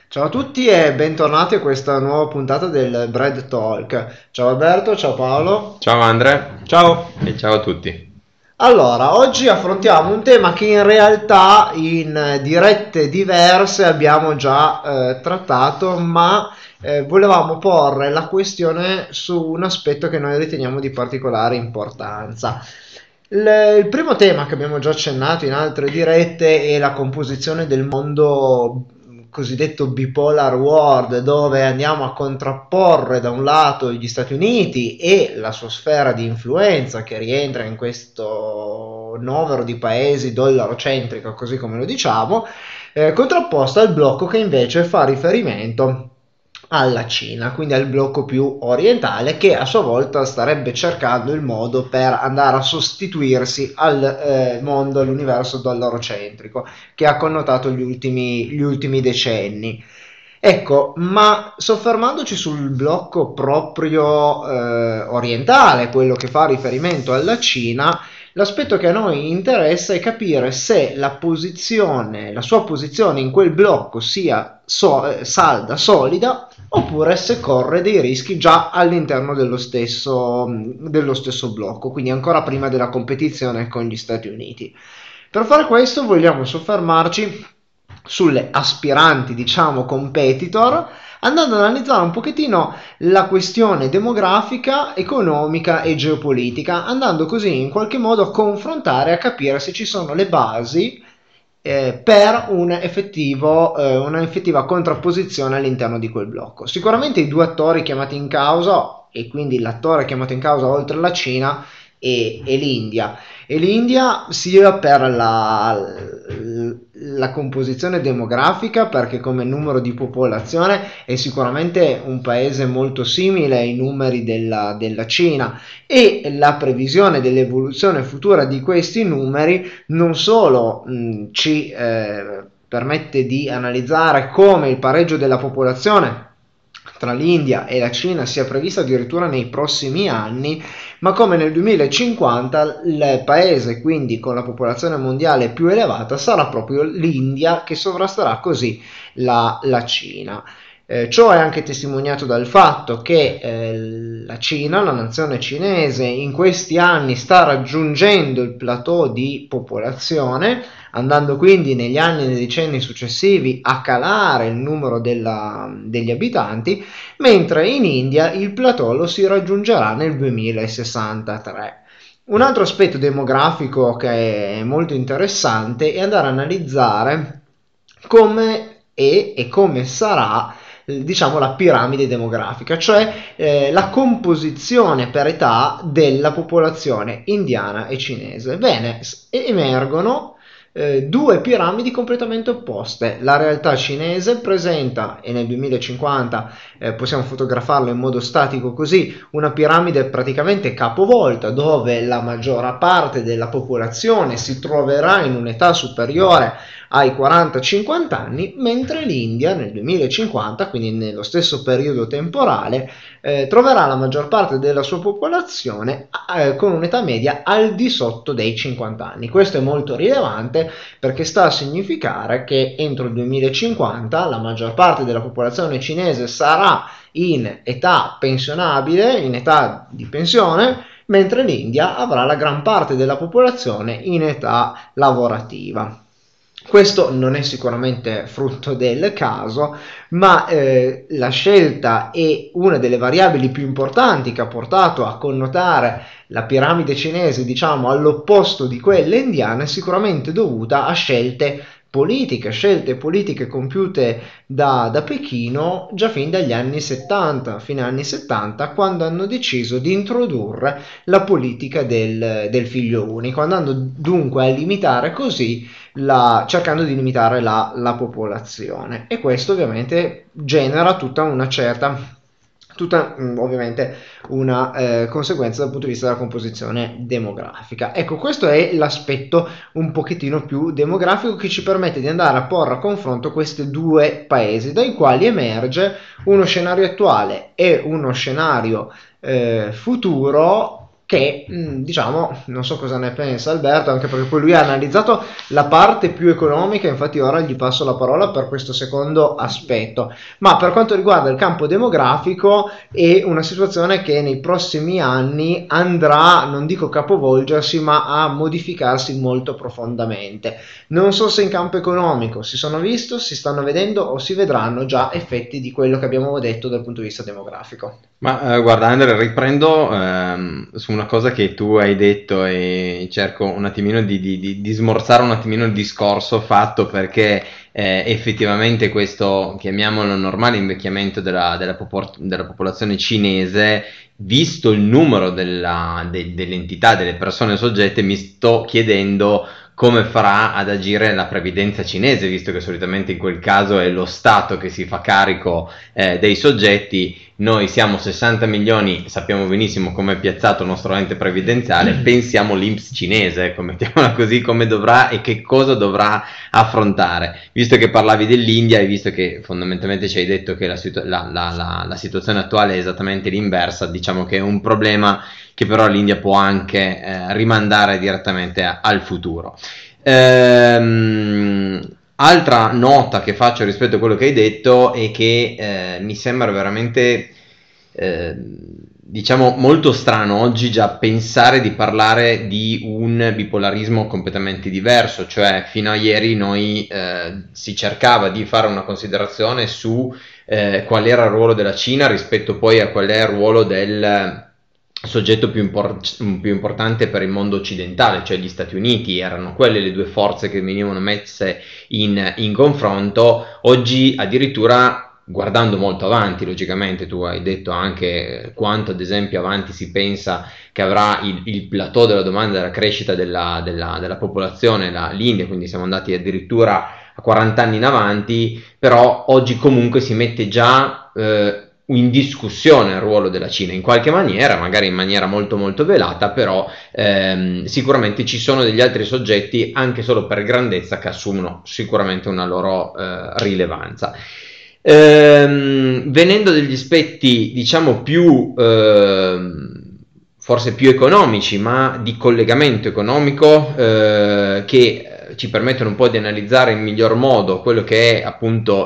Ciao a tutti e bentornati a questa nuova puntata del Bread Talk. Ciao Alberto, ciao Paolo. Ciao Andre, ciao e ciao a tutti. Allora, oggi affrontiamo un tema che in realtà in dirette diverse abbiamo già trattato, ma volevamo porre la questione su un aspetto che noi riteniamo di particolare importanza. Il primo tema che abbiamo già accennato in altre dirette è la composizione del mondo cosiddetto bipolar world, dove andiamo a contrapporre da un lato gli Stati Uniti e la sua sfera di influenza che rientra in questo novero di paesi dollarocentrico, così come lo diciamo, contrapposta al blocco che invece fa riferimento alla Cina, quindi al blocco più orientale che a sua volta starebbe cercando il modo per andare a sostituirsi al mondo, all'universo dollarocentrico che ha connotato gli ultimi decenni. Ecco, ma soffermandoci sul blocco proprio orientale, quello che fa riferimento alla Cina, l'aspetto che a noi interessa è capire se la sua posizione in quel blocco sia salda, solida, oppure se corre dei rischi già all'interno dello stesso blocco, quindi ancora prima della competizione con gli Stati Uniti. Per fare questo vogliamo soffermarci sulle aspiranti, diciamo, competitor, andando ad analizzare un pochettino la questione demografica, economica e geopolitica, andando così in qualche modo a confrontare, a capire se ci sono le basi per una effettiva contrapposizione all'interno di quel blocco. Sicuramente i due attori chiamati in causa, e quindi l'attore chiamato in causa oltre la Cina, e l'India. E l'India sia per la composizione demografica, perché come numero di popolazione è sicuramente un paese molto simile ai numeri della Cina, e la previsione dell'evoluzione futura di questi numeri non solo ci permette di analizzare come il pareggio della popolazione tra l'India e la Cina sia previsto addirittura nei prossimi anni, ma come nel 2050 il paese quindi con la popolazione mondiale più elevata sarà proprio l'India, che sovrasterà così la Cina. Ciò è anche testimoniato dal fatto che la Cina, la nazione cinese, in questi anni sta raggiungendo il plateau di popolazione, andando quindi negli anni e nei decenni successivi a calare il numero degli abitanti, mentre in India il plateau lo si raggiungerà nel 2063. Un altro aspetto demografico che è molto interessante è andare a analizzare come è e come sarà, diciamo, la piramide demografica, cioè la composizione per età della popolazione indiana e cinese. Bene, emergono due piramidi completamente opposte. La realtà cinese presenta, e nel 2050 possiamo fotografarlo in modo statico così, una piramide praticamente capovolta, dove la maggior parte della popolazione si troverà in un'età superiore ai 40-50 anni, mentre l'India nel 2050, quindi nello stesso periodo temporale, troverà la maggior parte della sua popolazione con un'età media al di sotto dei 50 anni. Questo è molto rilevante perché sta a significare che entro il 2050 la maggior parte della popolazione cinese sarà in età pensionabile, in età di pensione, mentre l'India avrà la gran parte della popolazione in età lavorativa. Questo non è sicuramente frutto del caso, ma la scelta è una delle variabili più importanti che ha portato a connotare la piramide cinese, diciamo, all'opposto di quelle indiane, sicuramente dovuta a scelte politiche compiute da Pechino già fin dagli anni 70, fine anni 70, quando hanno deciso di introdurre la politica del figlio unico, andando dunque a limitare così cercando di limitare la popolazione, e questo ovviamente genera tutta ovviamente una conseguenza dal punto di vista della composizione demografica. Ecco, questo è l'aspetto un pochettino più demografico che ci permette di andare a porre a confronto questi due paesi, dai quali emerge uno scenario attuale e uno scenario futuro che diciamo, non so cosa ne pensa Alberto, anche perché poi lui ha analizzato la parte più economica, infatti ora gli passo la parola per questo secondo aspetto. Ma per quanto riguarda il campo demografico è una situazione che nei prossimi anni andrà, non dico capovolgersi, ma a modificarsi molto profondamente. Non so se in campo economico si sono visto, si stanno vedendo o si vedranno già effetti di quello che abbiamo detto dal punto di vista demografico. Ma guarda Andrea, riprendo su una cosa che tu hai detto e cerco un attimino di smorzare un attimino il discorso fatto, perché effettivamente questo, chiamiamolo normale invecchiamento della popolazione cinese, visto il numero dell'entità, delle persone soggette, mi sto chiedendo come farà ad agire la previdenza cinese, visto che solitamente in quel caso è lo Stato che si fa carico dei soggetti. Noi siamo 60 milioni, sappiamo benissimo come è piazzato il nostro ente previdenziale, pensiamo l'INPS cinese, ecco, mettiamola così, come dovrà e che cosa dovrà affrontare. Visto che parlavi dell'India e visto che fondamentalmente ci hai detto che la situazione attuale è esattamente l'inversa, diciamo che è un problema che però l'India può anche rimandare direttamente al futuro. Altra nota che faccio rispetto a quello che hai detto è che mi sembra veramente diciamo molto strano oggi già pensare di parlare di un bipolarismo completamente diverso, cioè fino a ieri noi si cercava di fare una considerazione su qual era il ruolo della Cina rispetto poi a qual è il ruolo del soggetto più importante per il mondo occidentale, cioè gli Stati Uniti. Erano quelle le due forze che venivano messe in confronto. Oggi addirittura, guardando molto avanti, logicamente tu hai detto anche quanto ad esempio avanti si pensa che avrà il plateau della domanda e della crescita della popolazione l'India, quindi siamo andati addirittura a 40 anni in avanti, però oggi comunque si mette già in discussione il ruolo della Cina in qualche maniera, magari in maniera molto molto velata, però sicuramente ci sono degli altri soggetti anche solo per grandezza che assumono sicuramente una loro rilevanza. Venendo degli aspetti diciamo più forse più economici, ma di collegamento economico che ci permettono un po' di analizzare in miglior modo quello che è appunto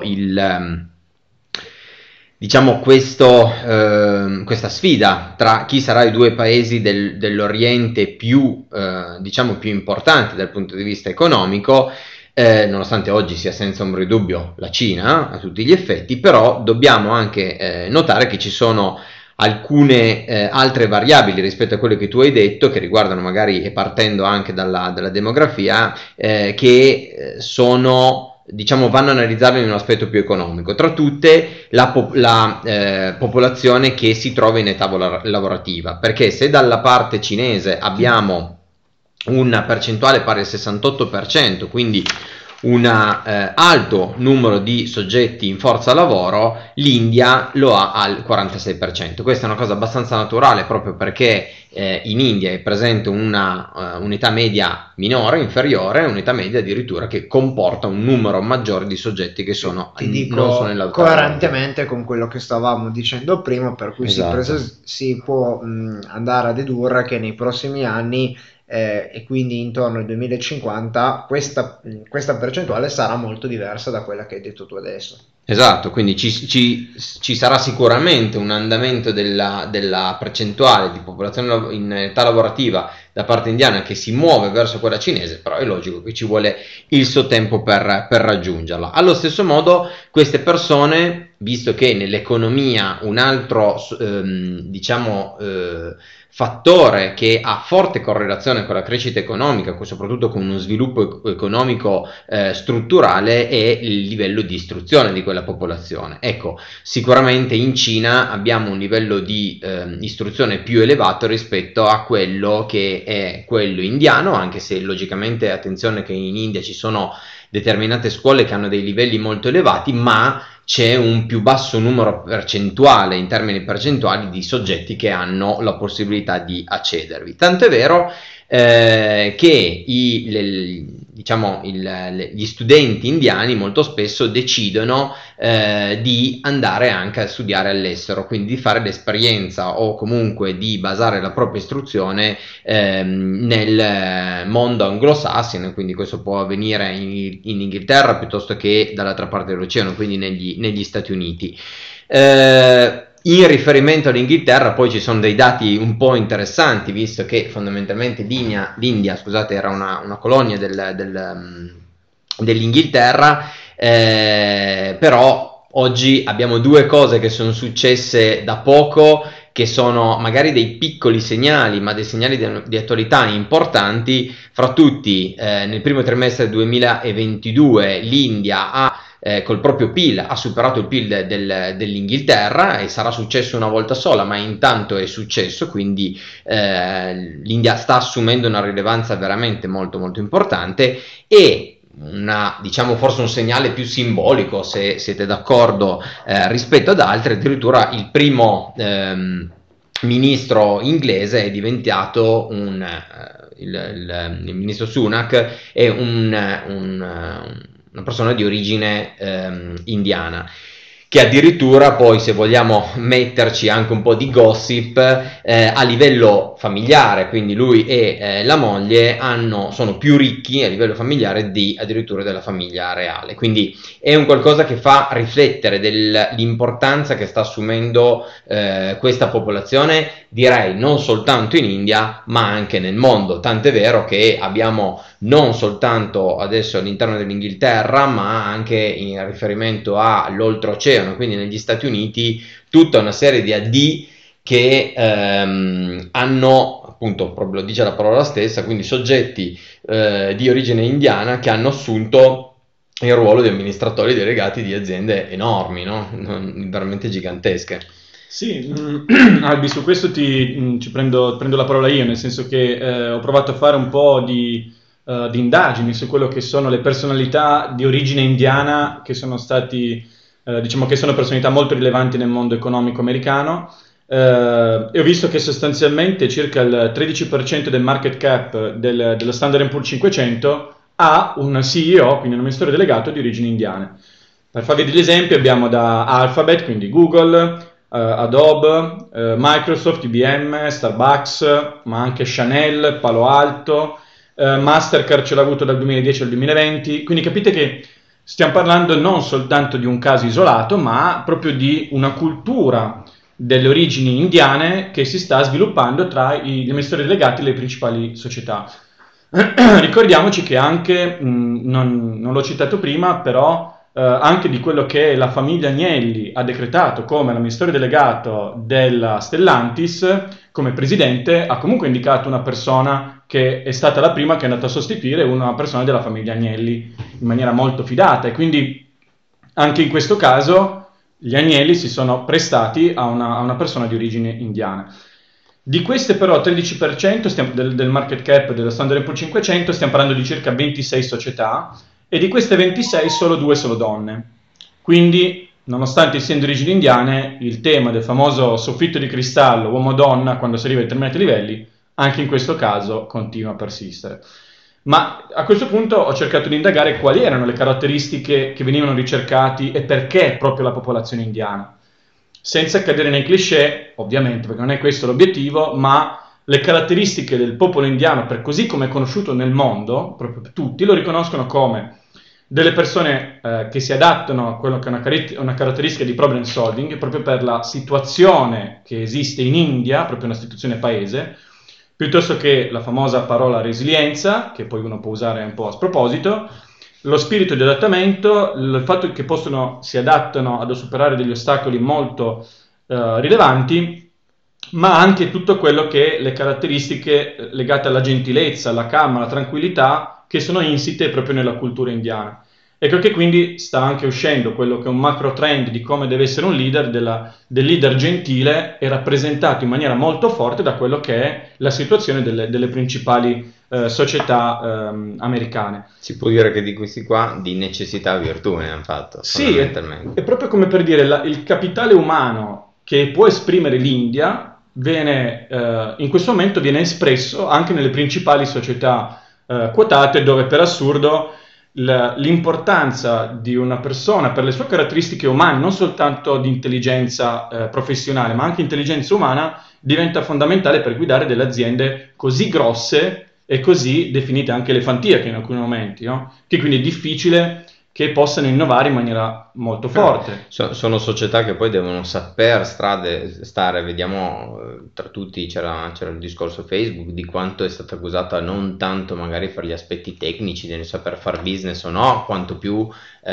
diciamo questa sfida tra chi sarà i due paesi dell'Oriente più diciamo più importanti dal punto di vista economico, nonostante oggi sia senza ombra di dubbio la Cina a tutti gli effetti, però dobbiamo anche notare che ci sono alcune altre variabili rispetto a quelle che tu hai detto, che riguardano magari, e partendo anche dalla demografia, che sono, diciamo, vanno analizzarle in un aspetto più economico, tra tutte la popolazione che si trova in età lavorativa, perché se dalla parte cinese abbiamo una percentuale pari al 68%, quindi un alto numero di soggetti in forza lavoro, l'India lo ha al 46%. Questa è una cosa abbastanza naturale, proprio perché in India è presente un'età media minore, inferiore, un'età media addirittura che comporta un numero maggiore di soggetti che sono, non sono in lavoro. Coerentemente con quello che stavamo dicendo prima, per cui esatto, si può andare a dedurre che nei prossimi anni e quindi intorno al 2050 questa percentuale sarà molto diversa da quella che hai detto tu adesso. Esatto, quindi ci sarà sicuramente un andamento della percentuale di popolazione in età lavorativa da parte indiana che si muove verso quella cinese, però è logico che ci vuole il suo tempo per raggiungerla. Allo stesso modo queste persone, visto che nell'economia un altro fattore che ha forte correlazione con la crescita economica, soprattutto con uno sviluppo economico strutturale, è il livello di istruzione di quella popolazione. Ecco, sicuramente in Cina abbiamo un livello di istruzione più elevato rispetto a quello che è quello indiano, anche se logicamente attenzione che in India ci sono determinate scuole che hanno dei livelli molto elevati, ma c'è un più basso numero percentuale, in termini percentuali, di soggetti che hanno la possibilità di accedervi. Tanto è vero che diciamo, gli studenti indiani molto spesso decidono di andare anche a studiare all'estero, quindi di fare l'esperienza o comunque di basare la propria istruzione nel mondo anglosassone, quindi questo può avvenire in Inghilterra piuttosto che dall'altra parte dell'oceano, quindi negli Stati Uniti. In riferimento all'Inghilterra poi ci sono dei dati un po' interessanti, visto che fondamentalmente l'India, scusate, era una colonia dell'Inghilterra, però oggi abbiamo due cose che sono successe da poco, che sono magari dei piccoli segnali, ma dei segnali di attualità importanti. Fra tutti, nel primo trimestre 2022 l'India col proprio PIL ha superato il PIL dell'Inghilterra, e sarà successo una volta sola, ma intanto è successo, quindi l'India sta assumendo una rilevanza veramente molto molto importante. E diciamo forse un segnale più simbolico, se siete d'accordo, rispetto ad altri, addirittura il primo ministro inglese è diventato il ministro Sunak è una persona di origine indiana, che addirittura poi, se vogliamo metterci anche un po' di gossip, a livello familiare, quindi lui e la moglie sono più ricchi a livello familiare addirittura della famiglia reale, quindi è un qualcosa che fa riflettere dell'importanza che sta assumendo questa popolazione, direi non soltanto in India ma anche nel mondo, tant'è vero che abbiamo non soltanto adesso all'interno dell'Inghilterra, ma anche in riferimento all'oltreoceano, quindi negli Stati Uniti, tutta una serie di AD che hanno, appunto, proprio lo dice la parola stessa, quindi soggetti di origine indiana che hanno assunto il ruolo di amministratori delegati di aziende enormi, no? Veramente gigantesche. Sì, Albi, su questo prendo la parola io, nel senso che ho provato a fare un po' di indagini su quello che sono le personalità di origine indiana che sono stati, diciamo che sono personalità molto rilevanti nel mondo economico americano, e ho visto che sostanzialmente circa il 13% del market cap dello Standard & Poor's 500 ha un CEO, quindi un amministratore delegato di origini indiane. Per farvi degli esempi abbiamo da Alphabet, quindi Google, Adobe, Microsoft, IBM, Starbucks, ma anche Chanel, Palo Alto, Mastercard ce l'ha avuto dal 2010 al 2020, quindi capite che stiamo parlando non soltanto di un caso isolato, ma proprio di una cultura delle origini indiane che si sta sviluppando tra gli amministratori delegati delle principali società. Ricordiamoci che anche, non l'ho citato prima, però anche di quello che la famiglia Agnelli ha decretato come l'amministratore delegato della Stellantis, come presidente, ha comunque indicato una persona che è stata la prima che è andata a sostituire una persona della famiglia Agnelli in maniera molto fidata, e quindi anche in questo caso gli Agnelli si sono prestati a una persona di origine indiana. Di queste però 13% del market cap dello Standard & Poor's 500 stiamo parlando di circa 26 società, e di queste 26 solo 2 sono donne. Quindi, nonostante siano di origini indiane, il tema del famoso soffitto di cristallo uomo-donna quando si arriva a determinati livelli, anche in questo caso continua a persistere. Ma a questo punto ho cercato di indagare quali erano le caratteristiche che venivano ricercati e perché proprio la popolazione indiana. Senza cadere nei cliché, ovviamente, perché non è questo l'obiettivo, ma le caratteristiche del popolo indiano, per così come è conosciuto nel mondo, proprio tutti lo riconoscono come delle persone che si adattano a quello che è una caratteristica di problem solving, proprio per la situazione che esiste in India, proprio una situazione paese, piuttosto che la famosa parola resilienza, che poi uno può usare un po' a sproposito, lo spirito di adattamento, il fatto che si adattano ad superare degli ostacoli molto rilevanti, ma anche tutto quello che le caratteristiche legate alla gentilezza, alla calma, alla tranquillità, che sono insite proprio nella cultura indiana. Ecco che quindi sta anche uscendo quello che è un macro trend di come deve essere un leader, del leader gentile, è rappresentato in maniera molto forte da quello che è la situazione delle principali società americane. Si può dire che di questi qua di necessità virtù ne hanno fatto. Sì, è proprio come per dire il capitale umano che può esprimere l'India in questo momento viene espresso anche nelle principali società quotate, dove per assurdo l'importanza di una persona per le sue caratteristiche umane, non soltanto di intelligenza professionale, ma anche intelligenza umana, diventa fondamentale per guidare delle aziende così grosse e così definite anche elefantiache in alcuni momenti, no? Che quindi è difficile che possano innovare in maniera molto forte. Sono società che poi devono saper stare, vediamo, tra tutti c'era il discorso Facebook di quanto è stata accusata non tanto magari per gli aspetti tecnici del saper far business o no, quanto più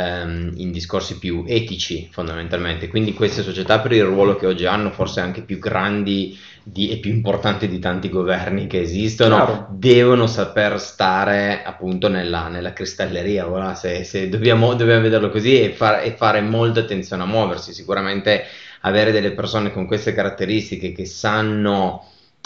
in discorsi più etici fondamentalmente. Quindi queste società, per il ruolo che oggi hanno, forse anche più grandi e più importanti di tanti governi che esistono, Chiaro. devono saper stare appunto nella cristalleria. Voilà, se dobbiamo vederlo così e fare molta attenzione a muoversi. Sicuramente avere delle persone con queste caratteristiche che sanno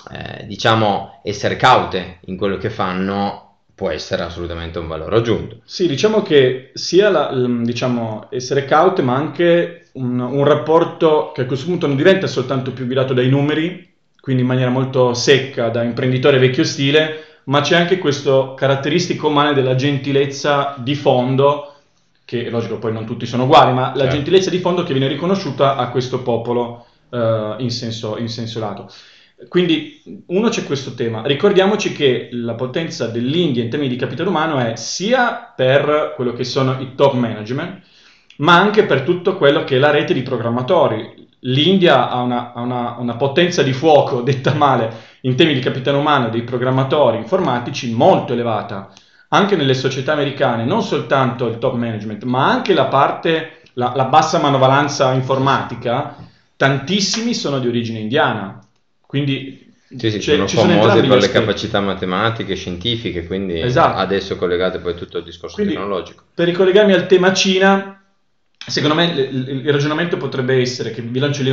diciamo essere caute in quello che fanno può essere assolutamente un valore aggiunto. Sì, diciamo che sia diciamo, essere caute, ma anche un rapporto che a questo punto non diventa soltanto più guidato dai numeri, quindi in maniera molto secca da imprenditore vecchio stile, ma c'è anche questa caratteristica umana della gentilezza di fondo, che è logico poi non tutti sono uguali, ma la gentilezza di fondo che viene riconosciuta a questo popolo in senso lato. Quindi c'è questo tema. Ricordiamoci che la potenza dell'India in termini di capitale umano è sia per quello che sono i top management, ma anche per tutto quello che è la rete di programmatori. L'India ha una potenza di fuoco, detta male, in termini di capitale umano dei programmatori informatici molto elevata. Anche nelle società americane, non soltanto il top management, ma anche la parte, la bassa manovalanza informatica, tantissimi sono di origine indiana. Quindi sì, sono famosi per le capacità matematiche, scientifiche, quindi adesso collegate poi tutto il discorso tecnologico. Per ricollegarmi al tema Cina, secondo me il ragionamento potrebbe essere, che vi lancio lì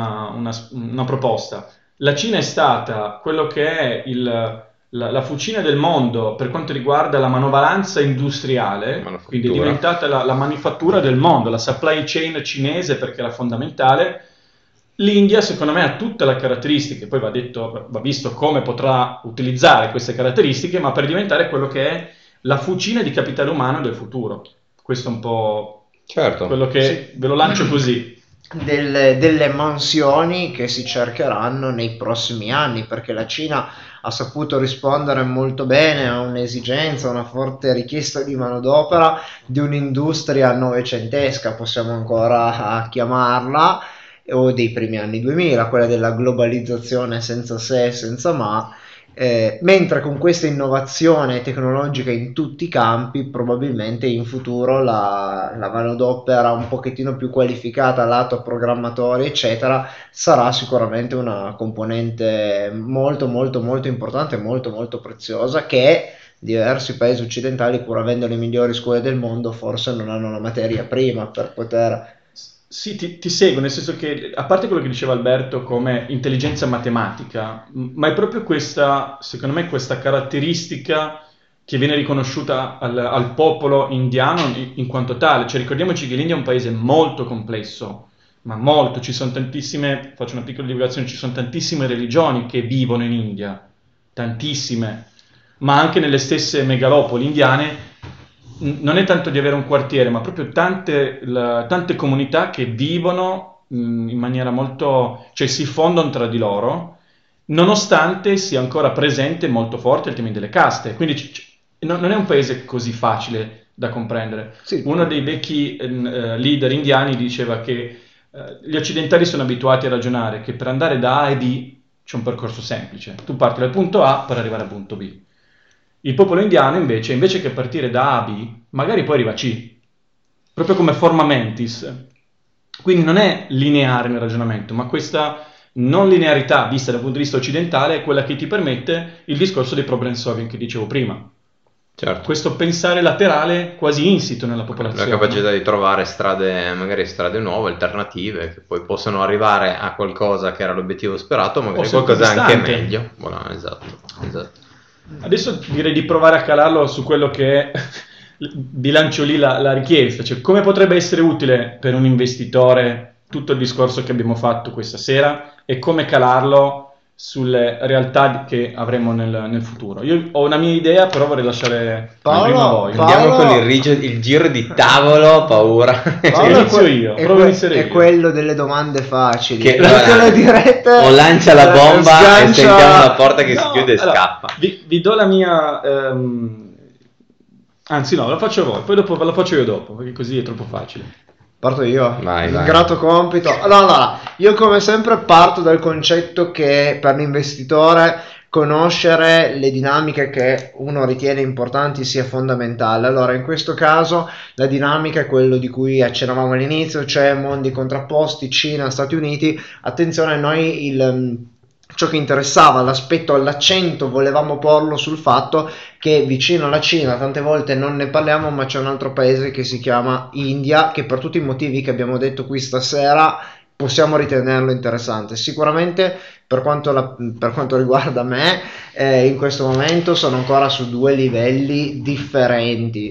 una proposta. La Cina è stata quello che è la fucina del mondo per quanto riguarda la manovalanza industriale, quindi è diventata la manifattura del mondo, la supply chain cinese, perché era fondamentale. L'India secondo me ha tutte le caratteristiche, poi va visto come potrà utilizzare queste caratteristiche, ma per diventare quello che è la fucina di capitale umano del futuro. Questo è un po' quello che ve lo lancio così. Delle mansioni che si cercheranno nei prossimi anni, perché la Cina ha saputo rispondere molto bene a un'esigenza, una forte richiesta di manodopera di un'industria novecentesca, possiamo ancora chiamarla, o dei primi anni 2000, quella della globalizzazione senza se e senza ma, mentre con questa innovazione tecnologica in tutti i campi probabilmente in futuro la manodopera un pochettino più qualificata lato programmatori eccetera sarà sicuramente una componente molto molto molto importante, molto molto preziosa, che diversi paesi occidentali, pur avendo le migliori scuole del mondo, forse non hanno la materia prima per poter... Sì, ti seguo, nel senso che, a parte quello che diceva Alberto come intelligenza matematica, ma è proprio questa, secondo me, questa caratteristica che viene riconosciuta al popolo indiano in quanto tale. Cioè, ricordiamoci che l'India è un paese molto complesso, ma molto, ci sono tantissime, faccio una piccola divulgazione, ci sono tantissime religioni che vivono in India, tantissime, ma anche nelle stesse megalopoli indiane. Non è tanto di avere un quartiere, ma proprio tante comunità che vivono in maniera molto... cioè si fondono tra di loro, nonostante sia ancora presente molto forte il tema delle caste. Quindi non è un paese così facile da comprendere. Sì. Uno dei vecchi leader indiani diceva che gli occidentali sono abituati a ragionare che per andare da A e B c'è un percorso semplice. Tu parti dal punto A per arrivare al punto B. Il popolo indiano invece che partire da A a B, magari poi arriva a C, proprio come forma mentis. Quindi non è lineare nel ragionamento, ma questa non linearità vista dal punto di vista occidentale è quella che ti permette il discorso dei problem solving che dicevo prima. Certo. Questo pensare laterale quasi insito nella popolazione. La capacità di trovare magari strade nuove, alternative, che poi possono arrivare a qualcosa che era l'obiettivo sperato, magari qualcosa anche meglio. Voilà, esatto. Adesso direi di provare a calarlo su quello che è, bilancio lì la richiesta, cioè come potrebbe essere utile per un investitore tutto il discorso che abbiamo fatto questa sera e come calarlo sulle realtà che avremo nel futuro. Io ho una mia idea, però vorrei lasciare prima a voi. Andiamo con il giro di tavolo, paura. Inizio io, provo a iniziare è io. quello delle domande facili. Che, le dirette, o lancia la bomba sgancia... e sentiamo la porta che si chiude e scappa. Vi do la mia... Anzi no, la faccio voi, poi dopo ve la faccio io dopo, perché così è troppo facile. Parto io, vai. Grato compito. Allora, io come sempre parto dal concetto che per l'investitore conoscere le dinamiche che uno ritiene importanti sia fondamentale. Allora, in questo caso la dinamica è quello di cui accennavamo all'inizio, cioè mondi contrapposti, Cina, Stati Uniti. Attenzione, noi ciò che interessava, l'accento volevamo porlo sul fatto che vicino alla Cina, tante volte non ne parliamo, ma c'è un altro paese che si chiama India, che per tutti i motivi che abbiamo detto qui stasera possiamo ritenerlo interessante. Sicuramente per quanto riguarda me, in questo momento sono ancora su due livelli differenti,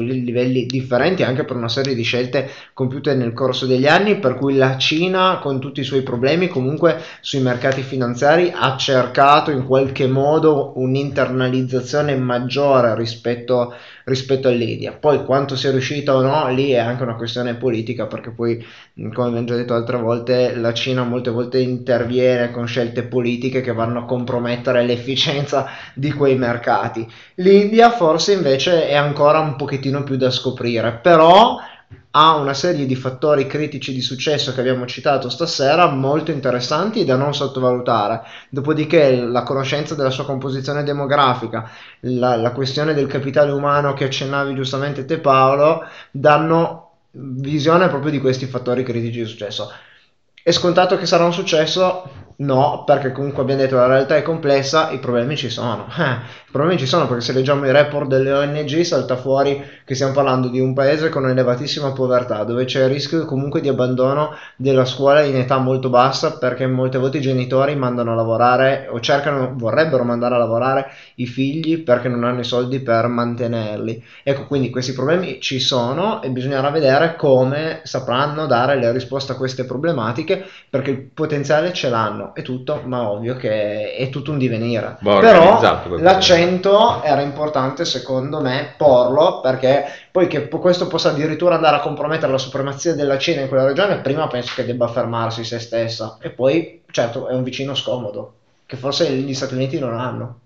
anche per una serie di scelte compiute nel corso degli anni, per cui la Cina, con tutti i suoi problemi, comunque sui mercati finanziari ha cercato in qualche modo un'internalizzazione maggiore rispetto all'India. Poi quanto sia riuscita o no, lì è anche una questione politica, perché poi, come abbiamo già detto altre volte, la Cina molte volte interviene con scelte politiche che vanno a compromettere l'efficienza di quei mercati. L'India forse invece è ancora un pochettino più da scoprire, però ha una serie di fattori critici di successo che abbiamo citato stasera molto interessanti e da non sottovalutare. Dopodiché la conoscenza della sua composizione demografica, la questione del capitale umano che accennavi giustamente te Paolo, danno visione proprio di questi fattori critici di successo. È scontato che sarà un successo? No, perché comunque abbiamo detto la realtà è complessa, i problemi ci sono. I problemi ci sono perché se leggiamo i report delle ONG salta fuori che stiamo parlando di un paese con un'elevatissima povertà, dove c'è il rischio comunque di abbandono della scuola in età molto bassa, perché molte volte i genitori mandano a lavorare o vorrebbero mandare a lavorare i figli perché non hanno i soldi per mantenerli. Ecco, quindi questi problemi ci sono e bisognerà vedere come sapranno dare le risposte a queste problematiche, perché il potenziale ce l'hanno. È tutto, ma ovvio che è tutto un divenire. Però l'accento era importante secondo me porlo, perché poi che questo possa addirittura andare a compromettere la supremazia della Cina in quella regione, prima penso che debba fermarsi se stessa, e poi certo è un vicino scomodo che forse gli Stati Uniti non hanno.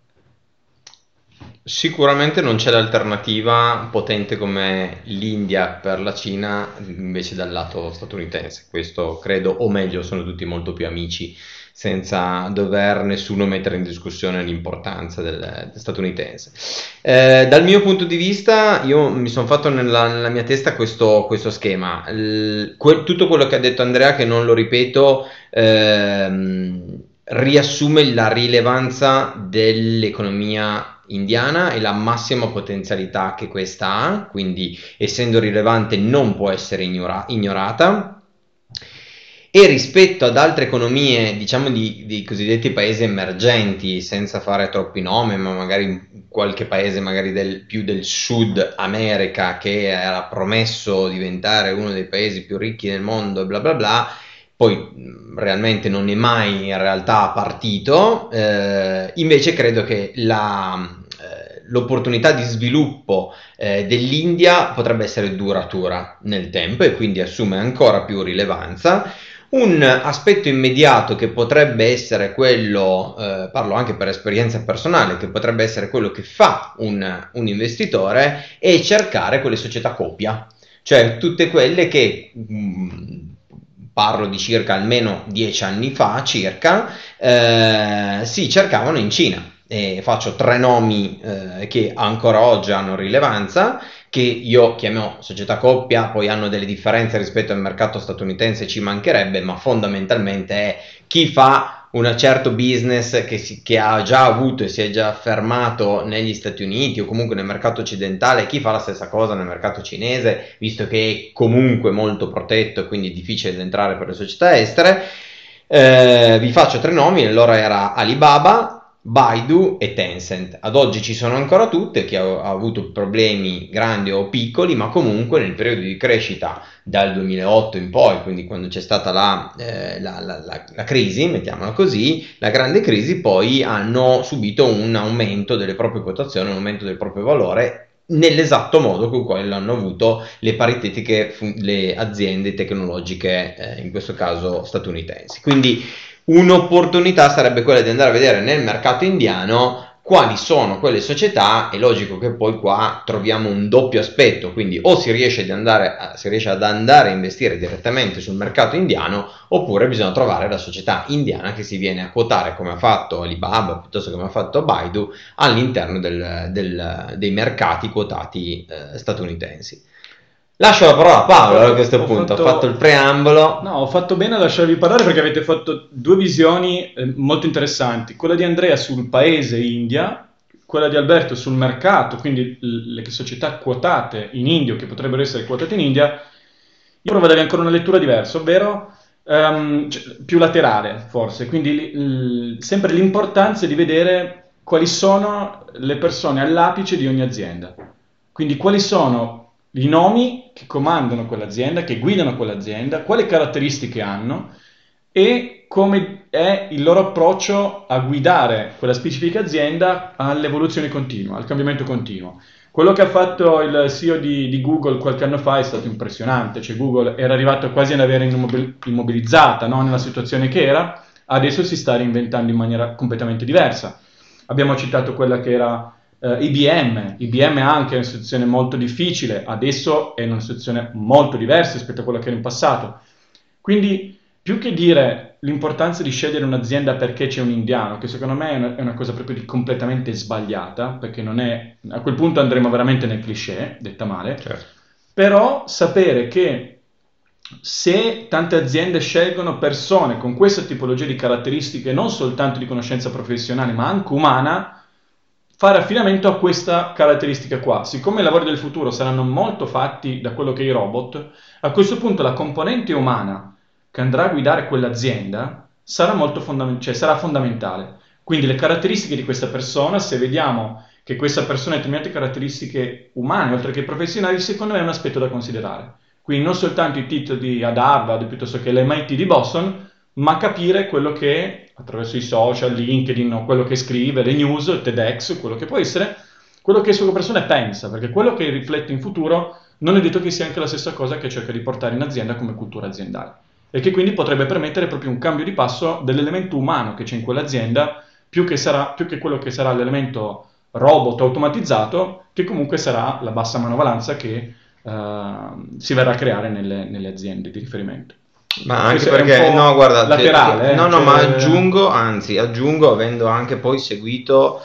Sicuramente non c'è l'alternativa potente come l'India per la Cina invece dal lato statunitense, questo credo, o meglio sono tutti molto più amici, senza dover nessuno mettere in discussione l'importanza del statunitense. Dal mio punto di vista, io mi sono fatto nella mia testa questo schema. Tutto quello che ha detto Andrea, che non lo ripeto, riassume la rilevanza dell'economia indiana e la massima potenzialità che questa ha, quindi essendo rilevante non può essere ignorata. E rispetto ad altre economie, diciamo di cosiddetti paesi emergenti, senza fare troppi nomi, ma magari qualche paese magari più del Sud America, che era promesso diventare uno dei paesi più ricchi del mondo e bla bla bla, poi realmente non è mai in realtà partito, invece credo che l'opportunità di sviluppo dell'India potrebbe essere duratura nel tempo e quindi assume ancora più rilevanza. Un aspetto immediato che potrebbe essere quello, parlo anche per esperienza personale, che potrebbe essere quello che fa un investitore, è cercare quelle società coppia, cioè tutte quelle che, parlo di circa almeno 10 anni fa circa, si cercavano in Cina. E faccio 3 nomi che ancora oggi hanno rilevanza, che io chiamo società coppia, poi hanno delle differenze rispetto al mercato statunitense, ci mancherebbe, ma fondamentalmente è chi fa un certo business che ha già avuto e si è già affermato negli Stati Uniti o comunque nel mercato occidentale, chi fa la stessa cosa nel mercato cinese, visto che è comunque molto protetto e quindi è difficile da entrare per le società estere. Vi faccio 3 nomi, allora era Alibaba, Baidu e Tencent. Ad oggi ci sono ancora tutte, che ha avuto problemi grandi o piccoli, ma comunque nel periodo di crescita dal 2008 in poi, quindi quando c'è stata la crisi, mettiamola così, la grande crisi, poi hanno subito un aumento delle proprie quotazioni, un aumento del proprio valore, nell'esatto modo con cui l'hanno avuto le paritetiche le aziende tecnologiche, in questo caso statunitensi. Quindi un'opportunità sarebbe quella di andare a vedere nel mercato indiano quali sono quelle società. È logico che poi qua troviamo un doppio aspetto, quindi o si riesce ad andare a investire direttamente sul mercato indiano, oppure bisogna trovare la società indiana che si viene a quotare, come ha fatto Alibaba piuttosto che come ha fatto Baidu, all'interno dei mercati quotati statunitensi. Lascio la parola a Paolo a questo punto, ho fatto il preambolo. No, ho fatto bene a lasciarvi parlare perché avete fatto due visioni molto interessanti. Quella di Andrea sul paese India, quella di Alberto sul mercato, quindi le società quotate in India o che potrebbero essere quotate in India. Io provo a darvi ancora una lettura diversa, ovvero più laterale forse, quindi sempre l'importanza di vedere quali sono le persone all'apice di ogni azienda. Quindi quali sono i nomi che comandano quell'azienda, che guidano quell'azienda, quali caratteristiche hanno e come è il loro approccio a guidare quella specifica azienda all'evoluzione continua, al cambiamento continuo. Quello che ha fatto il CEO di Google qualche anno fa è stato impressionante, cioè Google era arrivato quasi ad avere immobilizzata, no? Nella situazione che era, adesso si sta reinventando in maniera completamente diversa. Abbiamo citato quella che era IBM ha anche una situazione molto difficile, adesso è in una situazione molto diversa rispetto a quella che era in passato. Quindi, più che dire l'importanza di scegliere un'azienda perché c'è un indiano, che secondo me è una cosa proprio completamente sbagliata, perché non è, a quel punto andremo veramente nel cliché, detta male, certo. Però sapere che se tante aziende scelgono persone con questa tipologia di caratteristiche, non soltanto di conoscenza professionale, ma anche umana, fare affidamento a questa caratteristica qua. Siccome i lavori del futuro saranno molto fatti da quello che è i robot, a questo punto la componente umana che andrà a guidare quell'azienda sarà sarà fondamentale. Quindi le caratteristiche di questa persona, se vediamo che questa persona ha determinate caratteristiche umane, oltre che professionali, secondo me è un aspetto da considerare. Quindi non soltanto i titoli ad Harvard piuttosto che l'MIT di Boston, ma capire quello che attraverso i social, LinkedIn, o quello che scrive, le news, TEDx, quello che può essere, quello che questa persona pensa, perché quello che riflette in futuro non è detto che sia anche la stessa cosa che cerca di portare in azienda come cultura aziendale, e che quindi potrebbe permettere proprio un cambio di passo dell'elemento umano che c'è in quell'azienda, più che quello che sarà l'elemento robot automatizzato, che comunque sarà la bassa manovalanza che si verrà a creare nelle aziende di riferimento. Ma anche perché, no, guarda, laterale, no, ma aggiungo, avendo anche poi seguito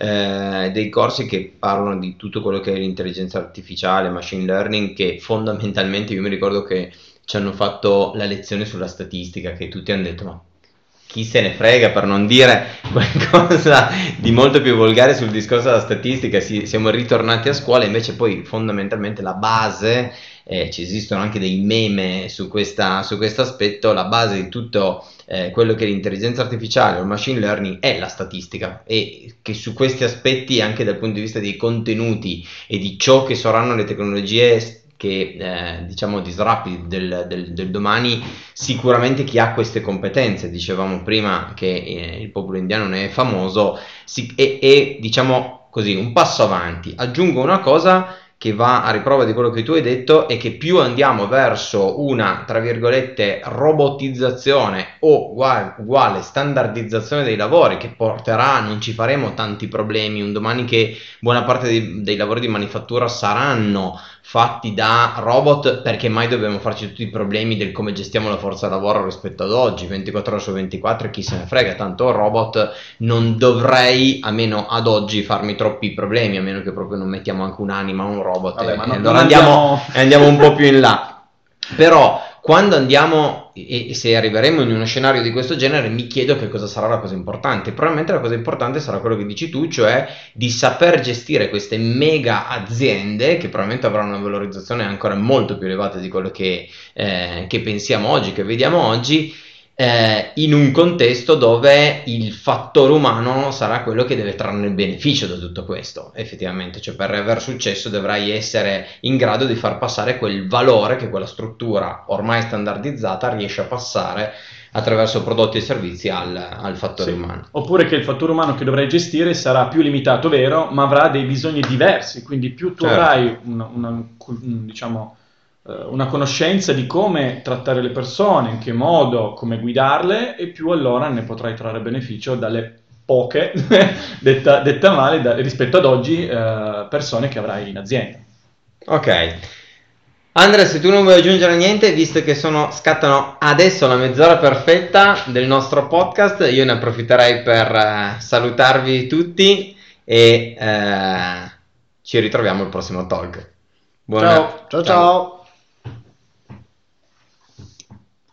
dei corsi che parlano di tutto quello che è l'intelligenza artificiale, machine learning, che fondamentalmente io mi ricordo che ci hanno fatto la lezione sulla statistica, che tutti hanno detto, ma chi se ne frega, per non dire qualcosa di molto più volgare sul discorso della statistica, siamo ritornati a scuola, invece poi fondamentalmente la base, ci esistono anche dei meme su questo aspetto, la base di tutto quello che è l'intelligenza artificiale o il machine learning è la statistica, e che su questi aspetti, anche dal punto di vista dei contenuti e di ciò che saranno le tecnologie che diciamo disruptive del domani, sicuramente chi ha queste competenze, dicevamo prima che il popolo indiano ne è famoso, e diciamo così un passo avanti. Aggiungo una cosa che va a riprova di quello che tu hai detto, è che più andiamo verso una, tra virgolette, robotizzazione o uguale standardizzazione dei lavori, che porterà, non ci faremo tanti problemi un domani che buona parte dei lavori di manifattura saranno fatti da robot, perché mai dobbiamo farci tutti i problemi del come gestiamo la forza lavoro rispetto ad oggi, 24 ore su 24, chi se ne frega, tanto il robot non dovrei, almeno ad oggi, farmi troppi problemi, a meno che proprio non mettiamo anche un'anima a un robot. Vabbè, allora andiamo un po' più in là. Però quando andiamo, e se arriveremo in uno scenario di questo genere, mi chiedo che cosa sarà la cosa importante. Probabilmente la cosa importante sarà quello che dici tu, cioè di saper gestire queste mega aziende, che probabilmente avranno una valorizzazione ancora molto più elevata di quello che pensiamo oggi, che vediamo oggi, in un contesto dove il fattore umano sarà quello che deve trarne il beneficio da tutto questo, effettivamente, cioè per aver successo dovrai essere in grado di far passare quel valore che quella struttura ormai standardizzata riesce a passare attraverso prodotti e servizi al fattore umano. Oppure che il fattore umano che dovrai gestire sarà più limitato, vero, ma avrà dei bisogni diversi, quindi più tu avrai una conoscenza di come trattare le persone, in che modo, come guidarle, e più allora ne potrai trarre beneficio dalle poche, detta male, rispetto ad oggi, persone che avrai in azienda. Ok. Andrea, se tu non vuoi aggiungere niente, visto che scattano adesso la mezz'ora perfetta del nostro podcast, io ne approfitterei per salutarvi tutti e ci ritroviamo al prossimo talk. Ciao. Ciao.